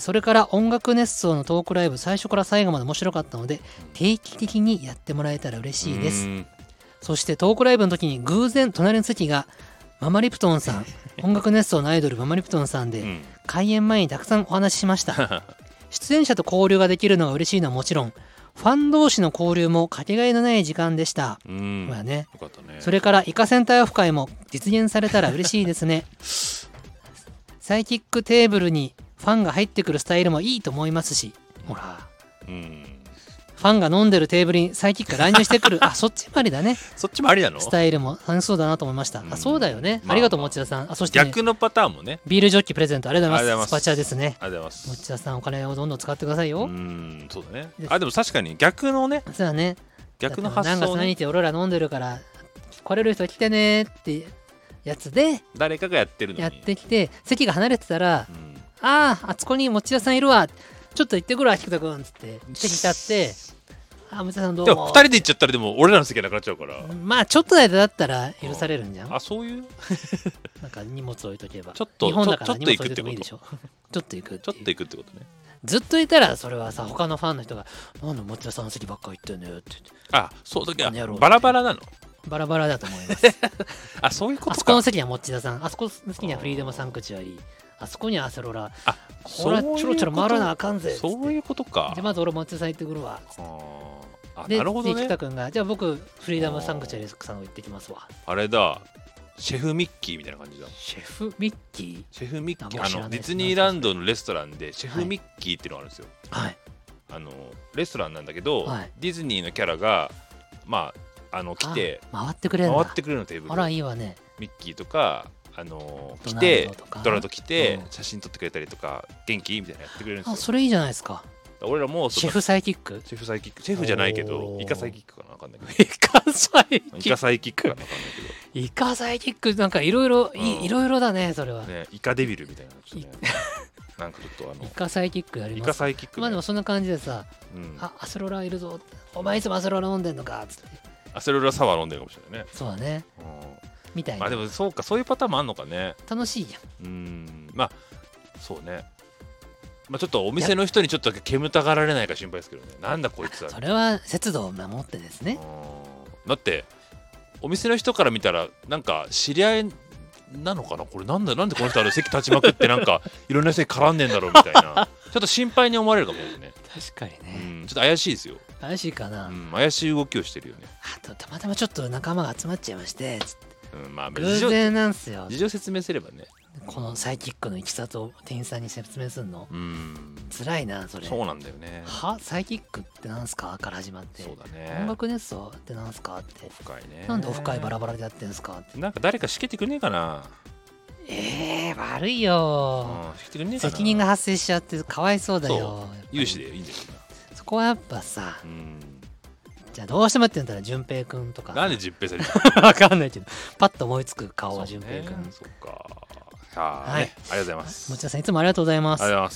Speaker 1: それから音楽熱奏のトークライブ、最初から最後まで面白かったので定期的にやってもらえたら嬉しいです。そしてトークライブの時に偶然隣の席がママリプトンさん音楽熱奏のアイドルママリプトンさんで、開演前にたくさんお話ししました出演者と交流ができるのが嬉しいのはもちろん、ファン同士の交流もかけがえのない時間でした。まあね、それからイカセンターオフ会も実現されたら嬉しいですねサイキックテーブルにファンが入ってくるスタイルもいいと思いますし、ほら、ファンが飲んでるテーブルにサイキックが乱入してくるそっちもありだね。
Speaker 2: そっちもありなの？
Speaker 1: スタイルも楽しそうだなと思いました。そうだよね。ありがとう持田さん。そして
Speaker 2: 逆のパターンもね。
Speaker 1: ビールジョッキプレゼントありがとうございます。スパチャですね。
Speaker 2: ありがとうございます。
Speaker 1: 持田さんお金をどんどん使ってくださいよ。
Speaker 2: そうだね。でも確かに逆のね。
Speaker 1: そうだね。
Speaker 2: 逆の発想ね。
Speaker 1: 何月何日俺ら飲んでるから来れる人来てねってやつで
Speaker 2: 誰かがやってるのに
Speaker 1: やってきて、席が離れてたら、あそこに持田さんいるわ、ちょっと行ってくるわ菊田君っつって席立って持田さんどうも。
Speaker 2: でも2人で行っちゃったらでも俺らの席がなくなっちゃうから、
Speaker 1: まあちょっとの間だったら許されるんじゃん。
Speaker 2: そういう
Speaker 1: なんか荷物置いとけば、
Speaker 2: ちょっと
Speaker 1: 日本だから
Speaker 2: 荷物置いてもいいでしょ。
Speaker 1: ちょっと行く
Speaker 2: ってことね。
Speaker 1: ずっといたらそれはさ、他のファンの人がなんで持田さんの席ばっか行ってんねって言って、
Speaker 2: そうだけはバラバラなの。
Speaker 1: バラバラだと思います
Speaker 2: そういうことか。
Speaker 1: あそこの席には持田さん、あそこの席にはフリーダムサンクチュアリー、あそこにはアセロラ、これはちょろちょろ回らなあかんぜ。
Speaker 2: そういうことか。
Speaker 1: じゃあまず俺持田さん行ってくるわ。
Speaker 2: なるほどね。
Speaker 1: で、菊田君がじゃあ僕フリーダムサンクチュアリーさんを行ってきますわ。
Speaker 2: あれだ、シェフミッキーみたいな感じだ。
Speaker 1: シェフミッキー、
Speaker 2: ディズニーランドのレストランでシェフミッキーっていうのがあるんですよ。レストランなんだけど、ディズニーのキャラが来て
Speaker 1: 回ってくれるの
Speaker 2: テーブル。
Speaker 1: あらいいわね。
Speaker 2: ミッキーとか来てドナルド来て写真撮ってくれたりとか、元気みたいなやってくれるんですよ。
Speaker 1: それいいじゃないですか。
Speaker 2: 俺らも
Speaker 1: シェフサイキック、
Speaker 2: シェフじゃないけどイカサイキックかな、分かんないけど。
Speaker 1: イカサイ
Speaker 2: キックかな、分かんないけど。
Speaker 1: イカサイキックなんかいろいろだね、それは
Speaker 2: ね。イカデビルみたいななんかちょっと
Speaker 1: イカサイキックやります。
Speaker 2: イカサイキック、
Speaker 1: まあでもそんな感じでさ、アセロラいるぞ、お前いつもアセロラ飲んでんのかっつって、
Speaker 2: アセロラサワー飲んでるかもしれないね。
Speaker 1: そうだね、みたいな。
Speaker 2: でもそういうパターンもあんのかね。
Speaker 1: 楽しいや
Speaker 2: ん。そうね。 まあ、ちょっとお店の人にちょっと煙たがられないか心配ですけどね。なんだこいつは。
Speaker 1: それは節度を守ってですね。
Speaker 2: だってお店の人から見たらなんか知り合いなのかな、これなんでこの人席立ちまくってなんかいろんな人に絡んでんだろうみたいなちょっと心配に思われるかもね。
Speaker 1: 確かにね、
Speaker 2: ちょっと怪しいですよ。
Speaker 1: 怪しいかな、
Speaker 2: 怪しい動きをしてるよね。
Speaker 1: あとたまたまちょっと仲間が集まっちゃいましてつって、
Speaker 2: まあ、
Speaker 1: 偶然なんすよ。
Speaker 2: 事情説明すればね。
Speaker 1: このサイキックのいきさつを店員さんに説明するの辛いなそれ。
Speaker 2: そうなんだよね。
Speaker 1: サイキックってなんすかから始まって、
Speaker 2: そうだね、
Speaker 1: 音楽熱奏ってなんすかって、
Speaker 2: オフ会ね、
Speaker 1: なんでオフ会バラバラでやってんすかって、
Speaker 2: なんか誰か仕切ってくんねえかな。
Speaker 1: 悪いよ、責任が発生しちゃってかわいそうだよ。
Speaker 2: 有志でいいんだよ
Speaker 1: な。そこはやっぱさ、じゃあどうしてもって言ったら淳平くんとか。
Speaker 2: なんで淳平さん
Speaker 1: わかんないけどパッと思いつく顔は淳平くん。
Speaker 2: そっか。はい、ありがとうございます。
Speaker 1: 持田さんいつもありがとうございます。
Speaker 2: ありがとうございます。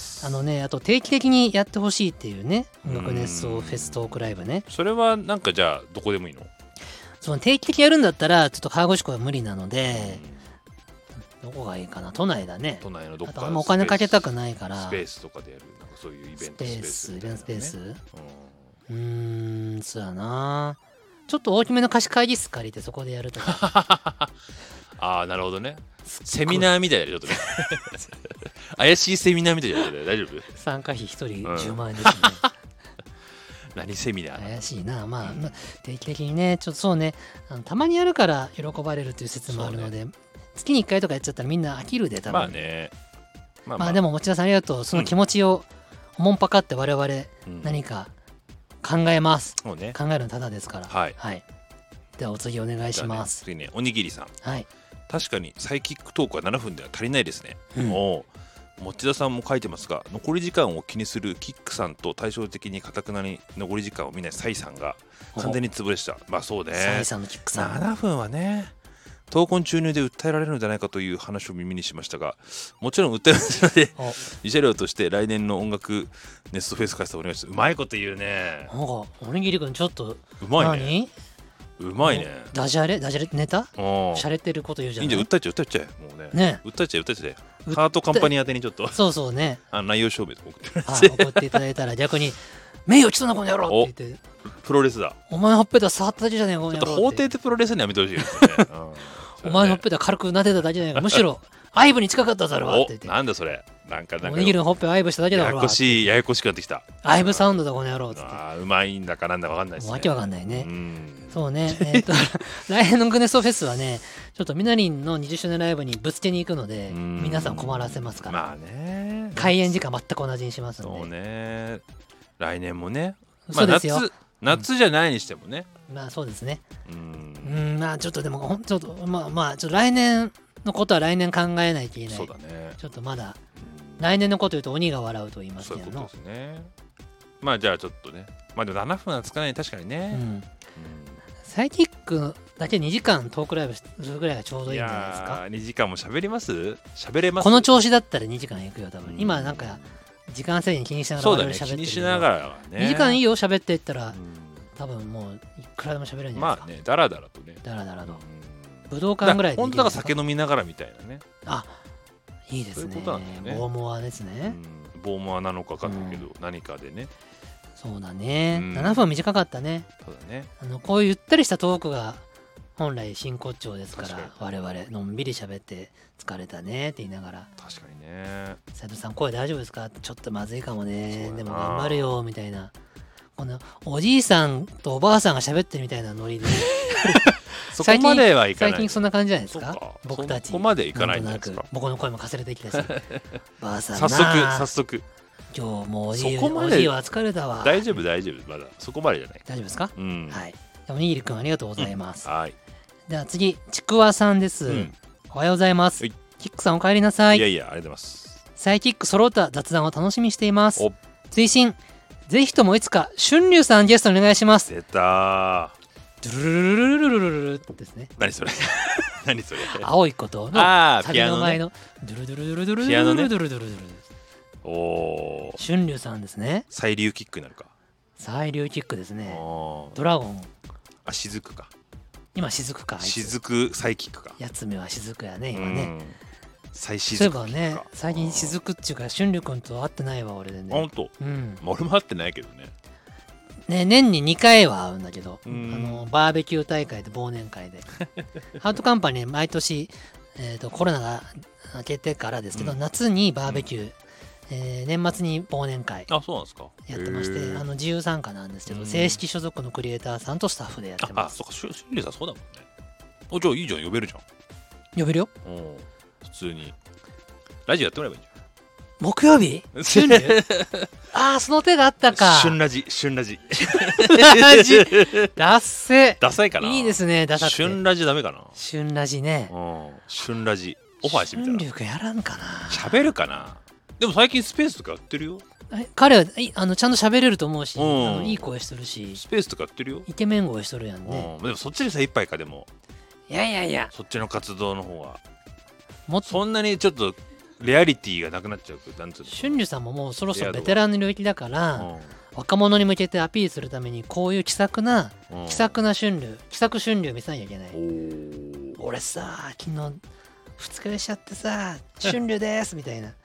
Speaker 1: あと定期的にやってほしいっていうね、音楽熱奏フェストークライブね。
Speaker 2: それはなんかじゃあどこでもいいの？
Speaker 1: その定期的にやるんだったらちょっと川越湖は無理なので、どこがいいかな。都内だね。
Speaker 2: 都内のどっか。
Speaker 1: あとお金かけたくないから
Speaker 2: スペースとかでやる、なんかそういうイベントスペース。
Speaker 1: そうやな。ちょっと大きめの貸し会議室借りてそこでやるとか。
Speaker 2: ああ、なるほどね。セミナーみたいなちょっとね怪しいセミナーみたいな大丈夫？
Speaker 1: 参加費1人10万円ですね、
Speaker 2: 何セミナー？
Speaker 1: 怪しいな。まあ、定期的にね、ちょっとそうね、たまにやるから喜ばれるという説もあるので、月に1回とかやっちゃったらみんな飽きるで多分。
Speaker 2: まあね。
Speaker 1: まあでも持田さんありがとう。その気持ちをおもんぱかって我々何か考えます。考えるのただですから。はい。ではお次お願いします。
Speaker 2: 次ね、おにぎりさん。
Speaker 1: はい。
Speaker 2: 確かにサイキックトークは7分では足りないですね。持田さんも書いてますが、残り時間を気にするキックさんと対照的に堅くなに残り時間を見ないサイさんが完全に潰れした。まあそうね。
Speaker 1: サイさんのキックさん。
Speaker 2: 7分はね、闘魂注入で訴えられるのではないかという話を耳にしましたが、もちろん訴えられるので慰謝料として来年の音楽ネストフェス開催お願いします。うまいこと言うね。
Speaker 1: なんかおにぎりくんちょっと
Speaker 2: うまいね。うまいね。
Speaker 1: ダジャレネタしゃれてること言うじゃん。
Speaker 2: いいんじゃん、訴えちゃえもうね。訴えちゃえカートカンパニー宛てにちょっと
Speaker 1: そうね、
Speaker 2: 内容証明とか
Speaker 1: 送っていただいたら逆に名誉毀損なこの野郎って言って、
Speaker 2: プロレスだ、
Speaker 1: お前のほっぺた触っただけじゃねえかこの野郎。
Speaker 2: ちょっと法廷でプロレスにやめてほしいですね
Speaker 1: お前のほっぺた軽く撫でただけじゃないか、むしろ愛撫に近かっただろって言って。
Speaker 2: なんだそれ、なんか
Speaker 1: おにぎりのほっぺを愛撫しただけだろ。
Speaker 2: ややこしくなってきた。
Speaker 1: 愛撫サウンドだこの野郎っつって。
Speaker 2: うまいんだかなんだか分かんないですね。
Speaker 1: わけわかんないね。そうね。来年のグネストフェスはね、ちょっとみなりんの20周年ライブにぶつけに行くので、皆さん困らせますから。
Speaker 2: まあね。
Speaker 1: 開演時間全く同じにしますので。
Speaker 2: そうね。来年もね。
Speaker 1: そうですよ。
Speaker 2: 夏じゃないにしてもね。
Speaker 1: まあそうですね。まあちょっとでもちょっとまあちょっと来年のことは来年考えないといけない。
Speaker 2: そうだね。
Speaker 1: ちょっとまだ来年のこと言うと鬼が笑うと言いますけど。
Speaker 2: そういうことですね。まあじゃあちょっとね。まあでも7分はつかない、確かにね。
Speaker 1: サイキックだけ2時間トークライブするぐらいがちょうどいいんじゃないですか。
Speaker 2: 2時間も喋ります？喋れます？
Speaker 1: この調子だったら2時間いくよ多分。今なんか時間制限気にしながら我々喋ってる。
Speaker 2: 気にしながらね。
Speaker 1: 2時間いいよ喋っていったら多分もういくらでも喋れるんじゃないですか。
Speaker 2: まあね、だらだらとね。
Speaker 1: だらだらと。武道館ぐらいで
Speaker 2: 本当だから酒飲みながらみたいなね。
Speaker 1: いいですね。
Speaker 2: ボ
Speaker 1: ーモアですね。
Speaker 2: ボーモアなのか分かんないけど何かでね。
Speaker 1: そうだね。7分短かったね。
Speaker 2: そうだね。
Speaker 1: こういうゆったりしたトークが本来真骨頂ですから、我々のんびり喋って疲れたねって言いながら。
Speaker 2: 確かにね。
Speaker 1: 斉藤さん声大丈夫ですか？ちょっとまずいかもね。でも頑張るよみたいな。このおじいさんとおばあさんが喋ってるみたいなノリで。
Speaker 2: そこまではいかない。
Speaker 1: 最近そんな感じじゃないですか。僕たち。
Speaker 2: そこまでいかないんですか。
Speaker 1: 僕の声もかすれてきたし。ばあさん
Speaker 2: 早速。
Speaker 1: 今日もうおじいは疲れたわ。
Speaker 2: 大丈夫まだそこまでじゃない。
Speaker 1: 大丈夫ですか。はい。おにぎりくんありがとうございます。はい。では次ちくわさんです。おはようございます。キックさんお帰りなさい。
Speaker 2: いやありがとうございます。
Speaker 1: サイキック揃った雑談を楽しみにしています。追伸ぜひともいつか春龍さんゲストお願いします。
Speaker 2: 出た。
Speaker 1: ドゥルルルルルルルルルですね。
Speaker 2: 何それ。
Speaker 1: 青いことのサビの前のドゥルドゥルドゥルドゥルドゥルドゥルドゥルドゥル。
Speaker 2: おお。
Speaker 1: 春龍さんですね。
Speaker 2: 彩龍キックになるか。
Speaker 1: 彩龍キックですね。ドラゴン。
Speaker 2: 雫か。
Speaker 1: 今雫か。
Speaker 2: 雫サイキックか。
Speaker 1: やつめは雫やね今ね。
Speaker 2: 再し
Speaker 1: ずく。そういえばね、最近しずくっていうか春龍くんと会ってないわ俺でね。
Speaker 2: ほんと、俺も会ってないけどね。
Speaker 1: 年に2回は会うんだけど、バーベキュー大会で忘年会でハートカンパニー毎年、コロナが明けてからですけど、夏にバーベキュー、年末に忘年会やってまして、自由参加なんですけど、正式所属のクリエイターさんとスタッフでやってます。
Speaker 2: そうか、春龍さんそうだもんね。じゃあいいじゃん、呼べるじゃん。
Speaker 1: 呼べるよ。
Speaker 2: 普通にラジオやってもらえばいいじゃん。
Speaker 1: 木曜日春龍その手があったか。
Speaker 2: 春ラジ
Speaker 1: ダッセ
Speaker 2: ダサいかな。
Speaker 1: いいですね、ダサくて。
Speaker 2: 春ラジダメかな。
Speaker 1: 春ラジね。
Speaker 2: 春ラジオファーしてみたら。
Speaker 1: 春龍くんやらんかな。
Speaker 2: 喋るかな。でも最近スペースとかやってるよ。
Speaker 1: 彼はちゃんと喋れると思うし、いい声してるし、
Speaker 2: スペースとかやってるよ。
Speaker 1: イケメン声しとるやんね。
Speaker 2: でもそっちで精一杯か。でも
Speaker 1: いや
Speaker 2: そっちの活動の方はそんなにちょっとレアリティがなくなっちゃう。なんつうの、
Speaker 1: 春龍さんももうそろそろベテランの領域だから、若者に向けてアピールするためにこういう気さくな春龍見せなきゃいけない。俺さ昨日二日酔いしちゃってさ春龍ですみたいな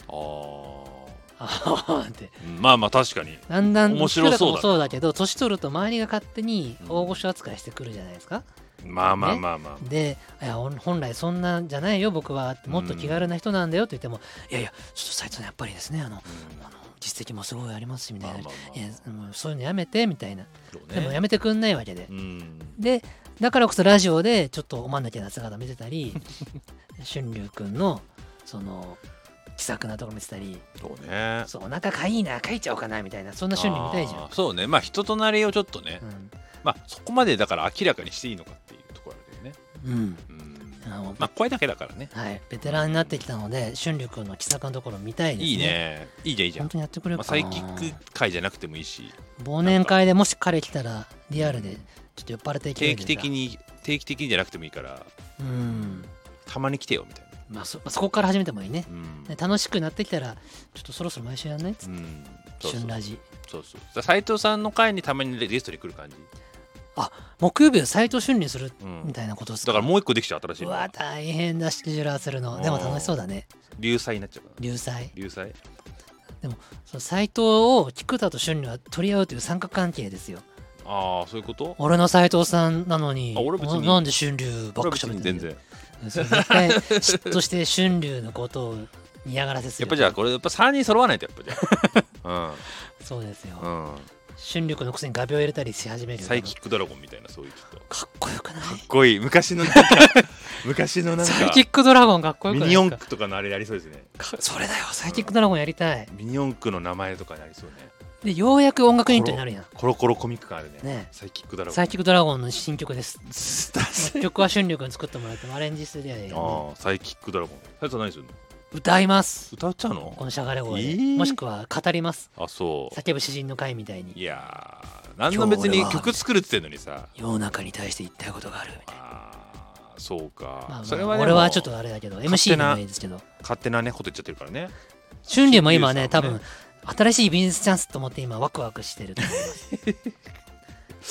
Speaker 1: って
Speaker 2: まあ確かに
Speaker 1: だんだん
Speaker 2: 面白そうだ。
Speaker 1: そうだけど年取ると周りが勝手に大御所扱いしてくるじゃないですか。
Speaker 2: まあ
Speaker 1: で、いや本来そんなんじゃないよ僕は、もっと気軽な人なんだよって言っても、いやちょっと斉藤さんやっぱりですね実績もすごいありますしみたいな、そういうのやめてみたいな、でもやめてくんないわけで、でだからこそラジオでちょっとおまんなきな姿見せたり春龍くんのその気さくなとこ見せたり、そうお腹かいいなかいちゃおうかなみたいな、そんな春龍見たいじゃん。
Speaker 2: そうね、人となりをちょっとね、そこまでだから明らかにしていいのかっていうところあるよね。声だけだからね。
Speaker 1: ベテランになってきたので春龍くんの気さくなところ見たいですね。
Speaker 2: いいね、いいじゃん
Speaker 1: 本当にやってくれるかな。
Speaker 2: サイキック会じゃなくてもいいし、
Speaker 1: 忘年会でもし彼来たらリアルでちょっと酔っ払っていける。定
Speaker 2: 期的にじゃなくてもいいから、たまに来てよみたいな。
Speaker 1: そこから始めてもいいね。楽しくなってきたらちょっとそろそろ毎週やんないっつって、春ラジ。
Speaker 2: そう斉藤さんの会にたまにゲストに来る感じ。
Speaker 1: 木曜日を斉藤春にするみたいなことですか。
Speaker 2: だからもう一個できちゃう、新しいの。
Speaker 1: うわ大変だ、スケジューラーするの。でも楽しそうだね。
Speaker 2: 流祭になっちゃうから。
Speaker 1: 流祭でも斉藤を菊田と春には取り合うという三角関係ですよ。
Speaker 2: そういうこと。
Speaker 1: 俺の斉藤さんなのになんで春龍ばっかしゃべってんの。絶対嫉妬して春龍のことを嫌がらせする。
Speaker 2: やっぱじゃあこれ3人揃わないとやっぱじゃ
Speaker 1: そうですよ。春龍のくせに画鋲入れたりし始める。
Speaker 2: サイキックドラゴンみたいな、そういうちょっと
Speaker 1: かっこよくない？
Speaker 2: かっこいい。昔のなんか
Speaker 1: サイキックドラゴンかっこよくない？
Speaker 2: ミニ四駆とかのあれやりそうですね。
Speaker 1: それだよ、サイキックドラゴンやりたい。
Speaker 2: ミニ四駆の名前とかになりそうね。
Speaker 1: でようやく音楽ユニットになるやん。
Speaker 2: コロコロコミックがあるね。サイキックドラゴン。
Speaker 1: サイキックドラゴンの新曲です。曲は春龍くん作ってもらってアレンジするやん。
Speaker 2: サイキックドラゴン。斉藤何するの？
Speaker 1: 歌います。
Speaker 2: 歌っちゃうの？
Speaker 1: このしゃがれ声で、もしくは語ります。
Speaker 2: そう。
Speaker 1: 叫ぶ詩人の会みたいに。
Speaker 2: いや何の別に曲作るって言ってんのにさ。
Speaker 1: 世の中に対して言いたいことがあるみたいな。
Speaker 2: そうか。
Speaker 1: それは俺はちょっとあれだけど MC でもいいですけど。勝
Speaker 2: 手なねこと言っちゃってるからね。
Speaker 1: 春龍も今ね多分新しいビジネスチャンスと思って今ワクワクしてると思います。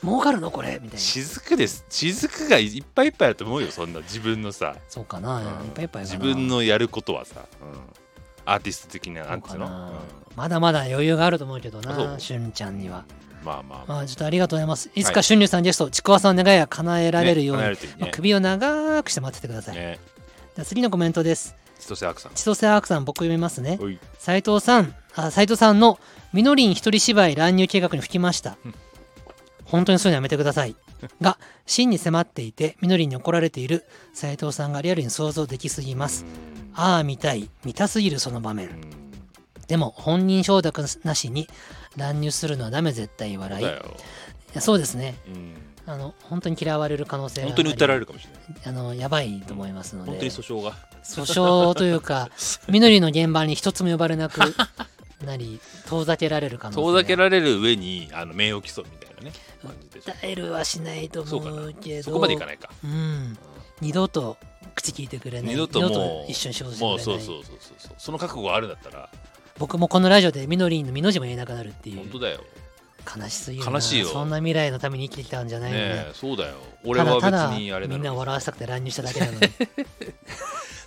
Speaker 1: 儲かるのこれみたいな。
Speaker 2: 雫がいっぱいいっぱいあると思うよ。そんな自分のさ。
Speaker 1: そうかな、いっぱいいっぱい
Speaker 2: 自分のやることはさ、アーティスト的ななんつうの、
Speaker 1: まだまだ余裕があると思うけどな、春ちゃんには。まあちょっとありがとうございます。いつか春龍さんゲスト、ちくわさんの願いが叶えられるように、首を長くして待っててください。じゃあ次のコメントです。千歳アークさん、僕読みますね。斉藤さんのみのりん一人芝居乱入計画に吹きました。本当にそういうのやめてくださいが真に迫っていて、みのりんに怒られている斉藤さんがリアルに想像できすぎます。見たすぎるその場面。でも本人承諾なしに乱入するのはダメ、絶対笑い。そうですね。本当に嫌われる可能性が
Speaker 2: 本当に訴えられるかもしれない。
Speaker 1: やばいと思いますので、
Speaker 2: 本当に訴
Speaker 1: 訟というかみのりの現場に一つも呼ばれなくなり遠ざけられる可能性が。
Speaker 2: 遠ざけられる上に名誉毀損みたいなね。
Speaker 1: 訴えるはしないと思うけど、
Speaker 2: そこまでいかないか。
Speaker 1: 二度と口聞いてくれない。
Speaker 2: 二度と
Speaker 1: 一緒に仕事してくれない。
Speaker 2: そうその覚悟があるんだったら。
Speaker 1: 僕もこのラジオでみのりんのみの字も言えなくなるっていう。
Speaker 2: 本当だよ。
Speaker 1: 悲しすぎる。
Speaker 2: 悲しいよ。
Speaker 1: そんな未来のために生きてきたんじゃないのね。
Speaker 2: そうだよ。俺は別にあれだ。
Speaker 1: みんなを笑わせたくて乱入しただけなのに。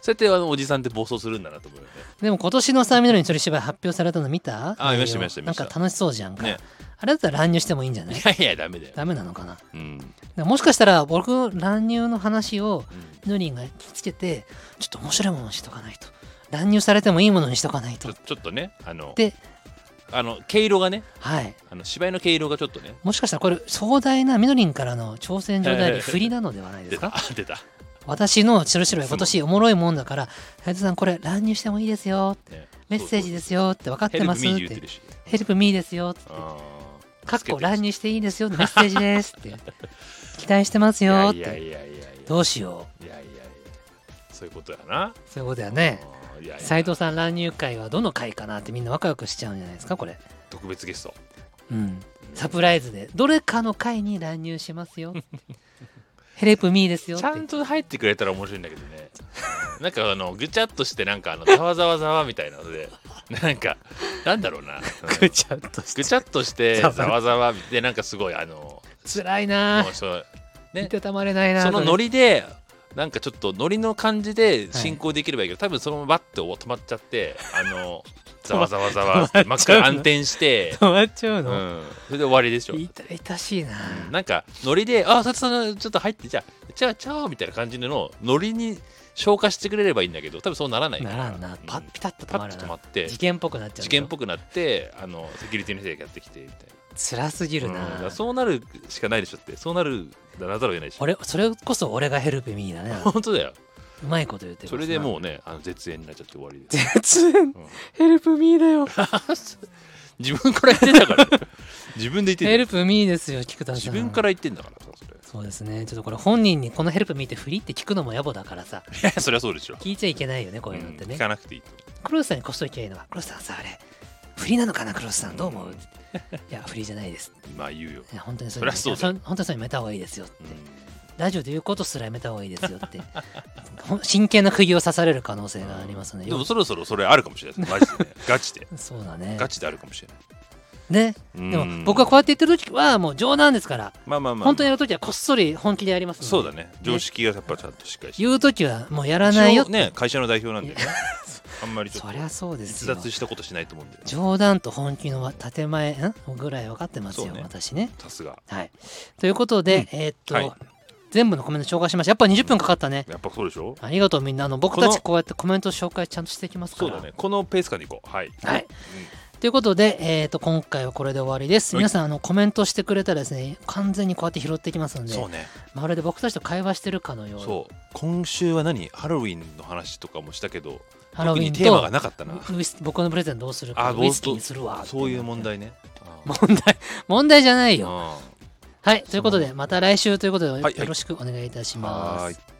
Speaker 2: そうやっておじさんって暴走するんだなと思うよね。
Speaker 1: でも今年のさ、緑に鳥芝居発表されたの見た？
Speaker 2: 見ました
Speaker 1: なんか楽しそうじゃんか、
Speaker 2: ね、
Speaker 1: あれだったら乱入してもいいんじゃない？
Speaker 2: いやいやダメだよ。
Speaker 1: ダメなのかな、
Speaker 2: うん、
Speaker 1: もしかしたら僕乱入の話を緑が聞きつけて、ちょっと面白いものにしとかないと、乱入されてもいいものにしとかないと、
Speaker 2: ちょっとね
Speaker 1: で
Speaker 2: 毛色がね、
Speaker 1: はい、
Speaker 2: 芝居の毛色がちょっとね、
Speaker 1: もしかしたらこれ壮大なみのりんからの挑戦状であり振りなのではないですか？
Speaker 2: 出た
Speaker 1: 私の白白い今年おもろいもんだから、斉藤さんこれ乱入してもいいですよって、ね、メッセージですよって分かってますって、ヘルプミーですよってかっこ乱入していいですよメッセージですって期待してますよって、どうしよう、
Speaker 2: そういうことやな、
Speaker 1: そういうことやね。斉藤さん乱入会はどの会かなってみんなワクワクしちゃうんじゃないですかこれ。
Speaker 2: 特別ゲスト、
Speaker 1: サプライズでどれかの会に乱入しますよヘルプミーですよって
Speaker 2: ちゃんと入ってくれたら面白いんだけどねなんかぐちゃっとしてなんかざわざわざわみたいなのでなんかなんだろうな、
Speaker 1: ぐちゃっと
Speaker 2: してざわざわでなんかすごい
Speaker 1: 辛いな
Speaker 2: そうね、
Speaker 1: いたたまれないな、
Speaker 2: そのノリでなんかちょっとノリの感じで進行できればいいけど、多分そのままバッて止まっちゃってざわざわざわって真っ赤に暗転して
Speaker 1: 止まっちゃうの、
Speaker 2: それで終わりでしょ。
Speaker 1: 痛しいな、
Speaker 2: なんかノリで佐藤さんちょっと入ってじゃあチャオみたいな感じのノリに消化してくれればいいんだけど、多分そうならないから、
Speaker 1: ならんな、ピタッと止まって事件っぽくなっちゃう、
Speaker 2: 事件っぽくなってセキュリティの人がやってきてみたいな、
Speaker 1: 辛すぎるな、
Speaker 2: そうなるしかないでしょって、そうなるなざるを得ないでしょ。
Speaker 1: それこそ俺がヘルプミーだね
Speaker 2: 本当だよ、
Speaker 1: うまいこと言ってる。
Speaker 2: それでもうね絶縁になっちゃって終わりで
Speaker 1: す。絶縁、ヘルプミーだよ
Speaker 2: 自分から言ってんだから自分で言ってんだ、
Speaker 1: ヘルプミーですよ菊田さん、
Speaker 2: 自分から言ってんだからさ、それ。
Speaker 1: そうですね、ちょっとこれ本人にこのヘルプミーってフリーって聞くのも野暮だからさ、
Speaker 2: いやそりゃそうでしょ、
Speaker 1: 聞いちゃいけないよねこういうのってね、
Speaker 2: 聞かなくていいと。
Speaker 1: クロスさんにこっそり聞けばいいのは、クロスさんさあれフリーなのかなクロスさんどう思ういやフリーじゃないです
Speaker 2: まあ言うよ、
Speaker 1: いや本当に
Speaker 2: そりゃそうだよ、
Speaker 1: 本当にそれやめた方がいいですよって、ラジオで言うことすらやめた方がいいですよって真剣な釘を刺される可能性がありますね。
Speaker 2: でもそろそろそれあるかもしれないマジで、ね、ガチで
Speaker 1: そうだね、
Speaker 2: ガチであるかもしれない
Speaker 1: ね。でも僕はこうやって言ってる時はもう冗談ですから、本当にやる時はこっそり本気でやりますので。
Speaker 2: そうだね、常識がやっぱちゃんとしっかりして、
Speaker 1: 言う時はもうやらないよって
Speaker 2: ね、会社の代表なんでねあんまりちょっと
Speaker 1: そりゃそうですよ、
Speaker 2: 逸脱したことしないと思うんで、
Speaker 1: 冗談と本気の建前ぐらい分かってますよ、私ね。
Speaker 2: さすが。
Speaker 1: はい、ということで、全部のコメント紹介しました。やっぱ20分かかったね。
Speaker 2: やっぱそうでしょ。
Speaker 1: ありがとうみんな。僕たちこうやってコメント紹介ちゃんとしていきますから。
Speaker 2: そうだね。このペース感でいこう。はい。
Speaker 1: はい。ということで、今回はこれで終わりです。皆さんコメントしてくれたらですね、完全にこうやって拾っていきますので、
Speaker 2: そうね。
Speaker 1: まるで僕たちと会話してるかのように。
Speaker 2: そう。今週はハロウィンの話とかもしたけど、特にテーマがなかったな。
Speaker 1: 僕のプレゼントどうするか、ウイスキーにするわ。
Speaker 2: そういう問題ね。
Speaker 1: 問題じゃないよ。はい、ということでまた来週ということでよろしくお願いいたします。